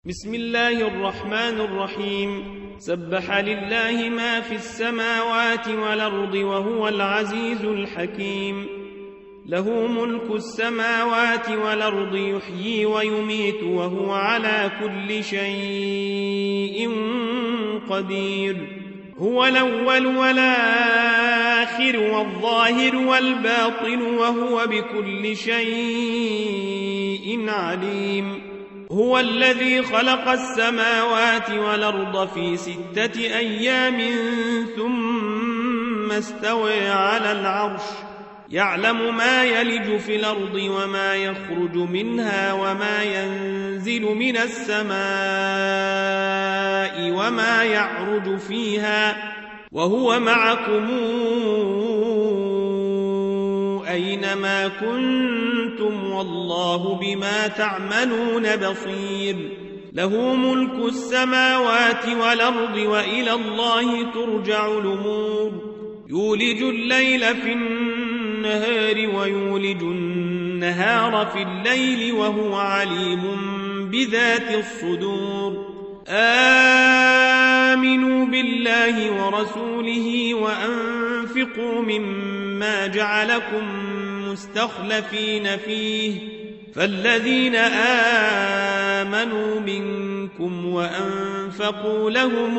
بسم الله الرحمن الرحيم سبح لله ما في السماوات والأرض وهو العزيز الحكيم له ملك السماوات والأرض يحيي ويميت وهو على كل شيء قدير هو الأول والآخر والظاهر والباطن وهو بكل شيء عليم هو الذي خلق السماوات والأرض في 6 أيام ثم استوى على العرش يعلم ما يلج في الأرض وما يخرج منها وما ينزل من السماء وما يعرج فيها وهو معكم أينما كنتم والله بما تعملون بصير له ملك السماوات والأرض وإلى الله ترجع الأمور يولج الليل في النهار ويولج النهار في الليل وهو عليم بذات الصدور آمنوا بالله ورسوله وأنفقوا مما جعلكم مستخلفين فيه فالذين آمنوا منكم وأنفقوا لهم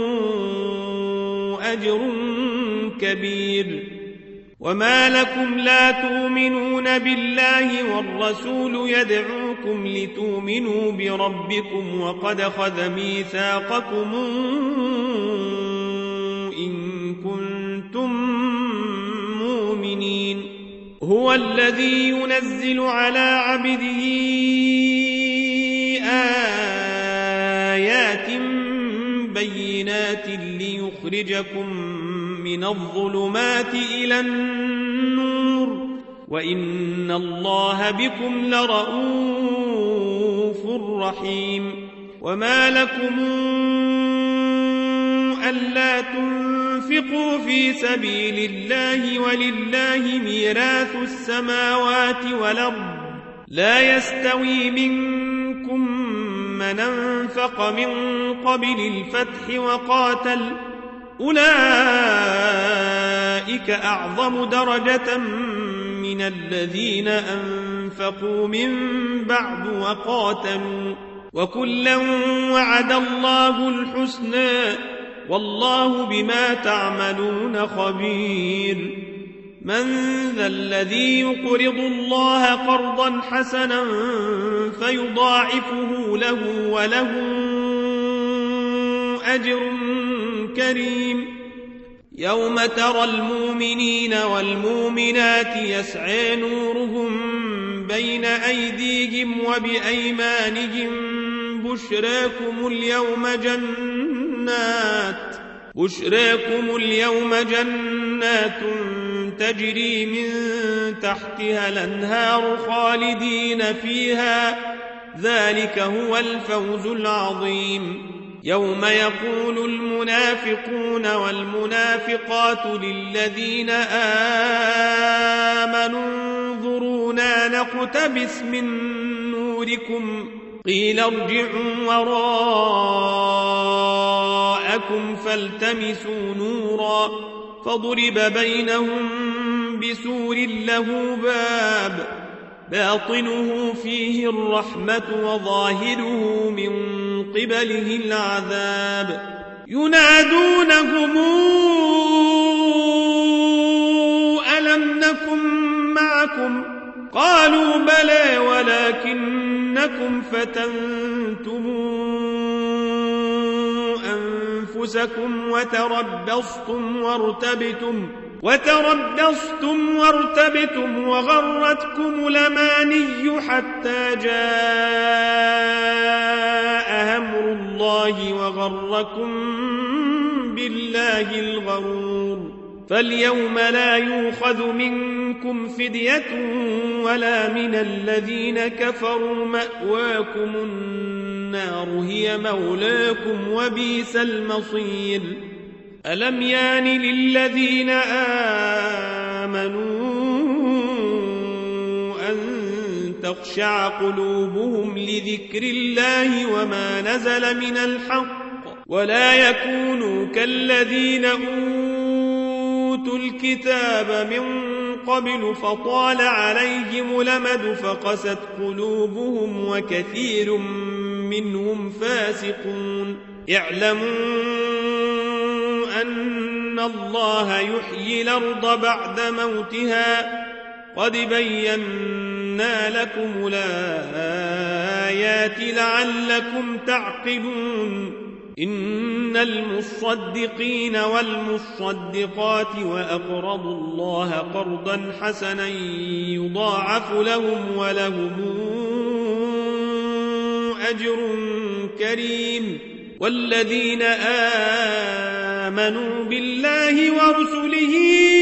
أجر كبير وما لكم لا تؤمنون بالله والرسول يدعوكم لتؤمنوا بربكم وقد أخذ ميثاقكم إن كنتم مؤمنين هو الذي ينزل على عبده آيات بينات ليخرجكم من الظلمات إلى النور وإن الله بكم لرؤوف رحيم وما لكم ألا تنفقوا في سبيل الله ولله ميراث السماوات والأرض لا يستوي منكم من أنفق من قبل الفتح وقاتل أولئك أعظم درجة من الذين أنفقوا من بعد وقاتلوا وكلا وعد الله الحسنى والله بما تعملون خبير من ذا الذي يقرض الله قرضا حسنا فيضاعفه له وله أجر كريم يوم ترى المؤمنين والمؤمنات يسعى نورهم بين أيديهم وبأيمانهم بشراكم اليوم جنات تجري من تحتها الأنهار خالدين فيها ذلك هو الفوز العظيم يوم يقول المنافقون والمنافقات للذين آمنوا انظرونا نقتبس من نوركم قيل ارجعوا وراءكم فالتمسوا نورا فضرب بينهم بسور له باب باطنه فيه الرحمة وظاهره من قبله العذاب ينادونهم ألم نكن معكم قالوا بلى ولكنكم فتنتم أنفسكم وتربصتم وارتبتم وغرتكم الأماني حتى جاء أمر الله وغركم بالله الغرور فاليوم لا يؤخذ منكم فدية ولا من الذين كفروا مأواكم النار هي مولاكم وبئس المصير ألم يان للذين آمنوا أن تخشع قلوبهم لذكر الله وما نزل من الحق ولا يكونوا كالذين أوتوا الكتاب من قبل فطال عليهم الأمد فقست قلوبهم وكثير منهم فاسقون اعلموا أن الله يحيي الأرض بعد موتها قد بينا لكم الآيات لعلكم تعقلون إن المصدقين والمصدقات وأقرضوا الله قرضا حسنا يضاعف لهم ولهم أجر كريم والذين آمنوا بالله ورسله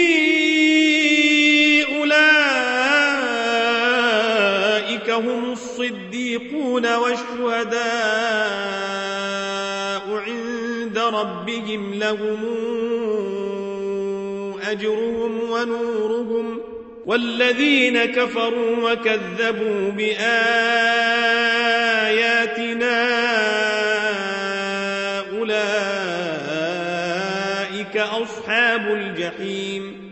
أولئك هم الصديقون والشهداء عند ربهم لهم أجرهم ونورهم والذين كفروا وكذبوا بآياتنا أولئك أصحاب الجحيم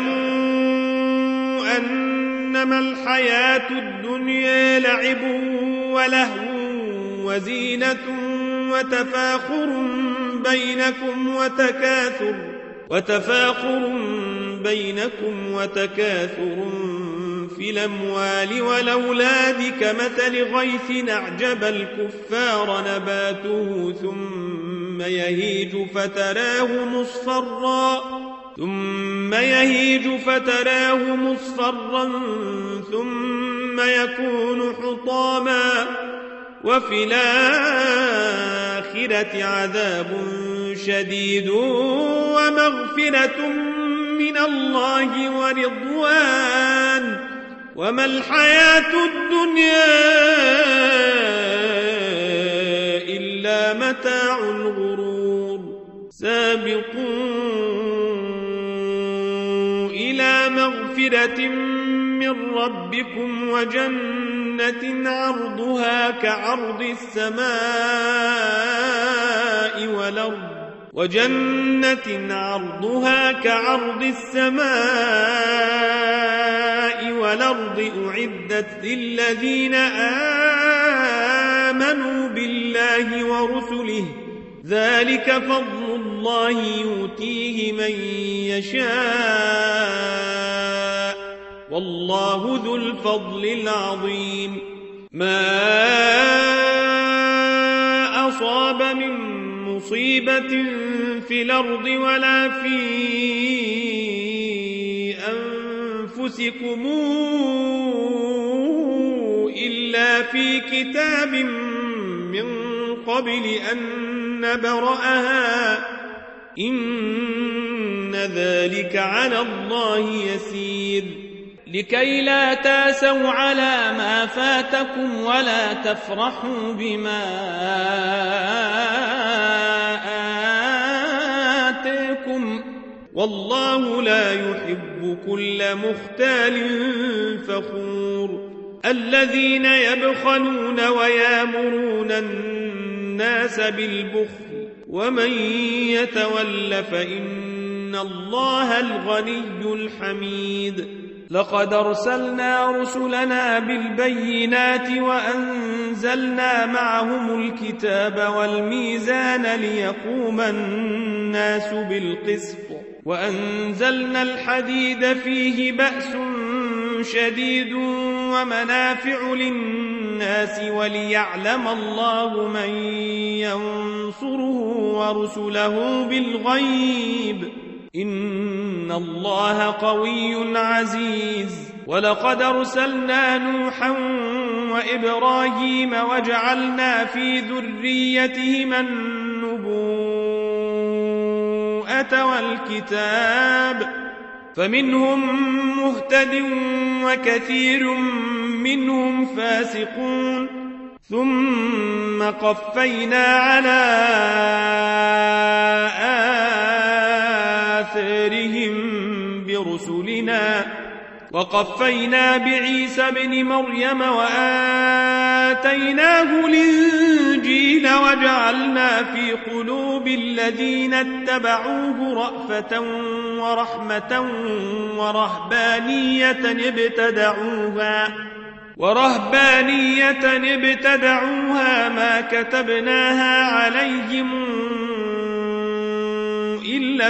اعلموا أنما الحياة الدنيا لعب ولهو وزينة وتفاخر بينكم وتكاثر في الأموال والأولاد كمثل غيث أعجب الكفار نباته ثم يهيج فتراه مصفرا ثم يكون حطاما وفي الآخرة عذاب شديد ومغفرة من الله ورضوان وما الحياة الدنيا إلا متاع الغرور سابقوا إلى مغفرة من ربكم وجنة عرضها كعرض السماء والأرض أعدت للذين آمنوا بالله ورسله ذلك فضل الله يؤتيه من يشاء والله ذو الفضل العظيم ما أصاب من مصيبة في الأرض ولا في أنفسكم إلا في كتاب من قبل أن نبرأها إن ذلك على الله يسير لكي لا تاسوا على ما فاتكم ولا تفرحوا بما آتاكم والله لا يحب كل مختال فخور الذين يبخلون ويامرون الناس بالبخل ومن يتول فإن الله الغني الحميد لقد أرسلنا رسلنا بالبينات وأنزلنا معهم الكتاب والميزان ليقوم الناس بالقسط وأنزلنا الحديد فيه بأس شديد ومنافع للناس وليعلم الله من ينصره ورسله بالغيب إن الله قوي عزيز ولقد أرسلنا نوحا وإبراهيم وجعلنا في ذريتهما النبوءة والكتاب فمنهم مهتد وكثير منهم فاسقون ثم قفينا على آثارهم برسلنا وقفينا بعيسى بن مريم وآتيناه الإنجيل وجعلنا في قلوب الذين اتبعوه رأفة ورحمة ورهبانية ابتدعوها ما كتبناها عليهم إلا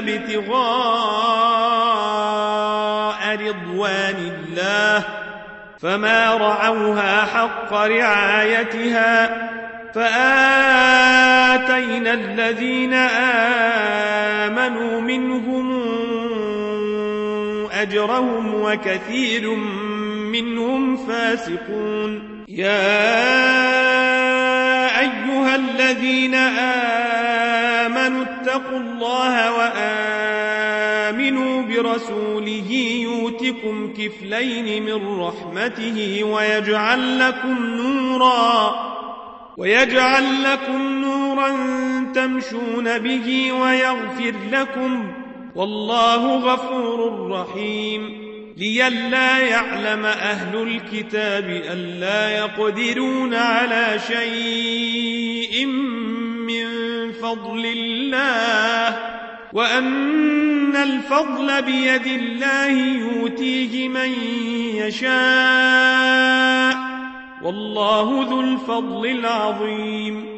ابتغاء رضوان الله فما رعوها حق رعايتها فآتينا الذين آمنوا منهم أجرهم وكثير منهم فاسقون. يا أيها الذين آمنوا اتقوا الله وآمنوا برسوله يؤتكم كفلين من رحمته ويجعل لكم نورا تمشون به ويغفر لكم والله غفور رحيم. لئلا يعلم أهل الكتاب ألا يقدرون على شيء من فضل الله وأن الفضل بيد الله يؤتيه من يشاء والله ذو الفضل العظيم.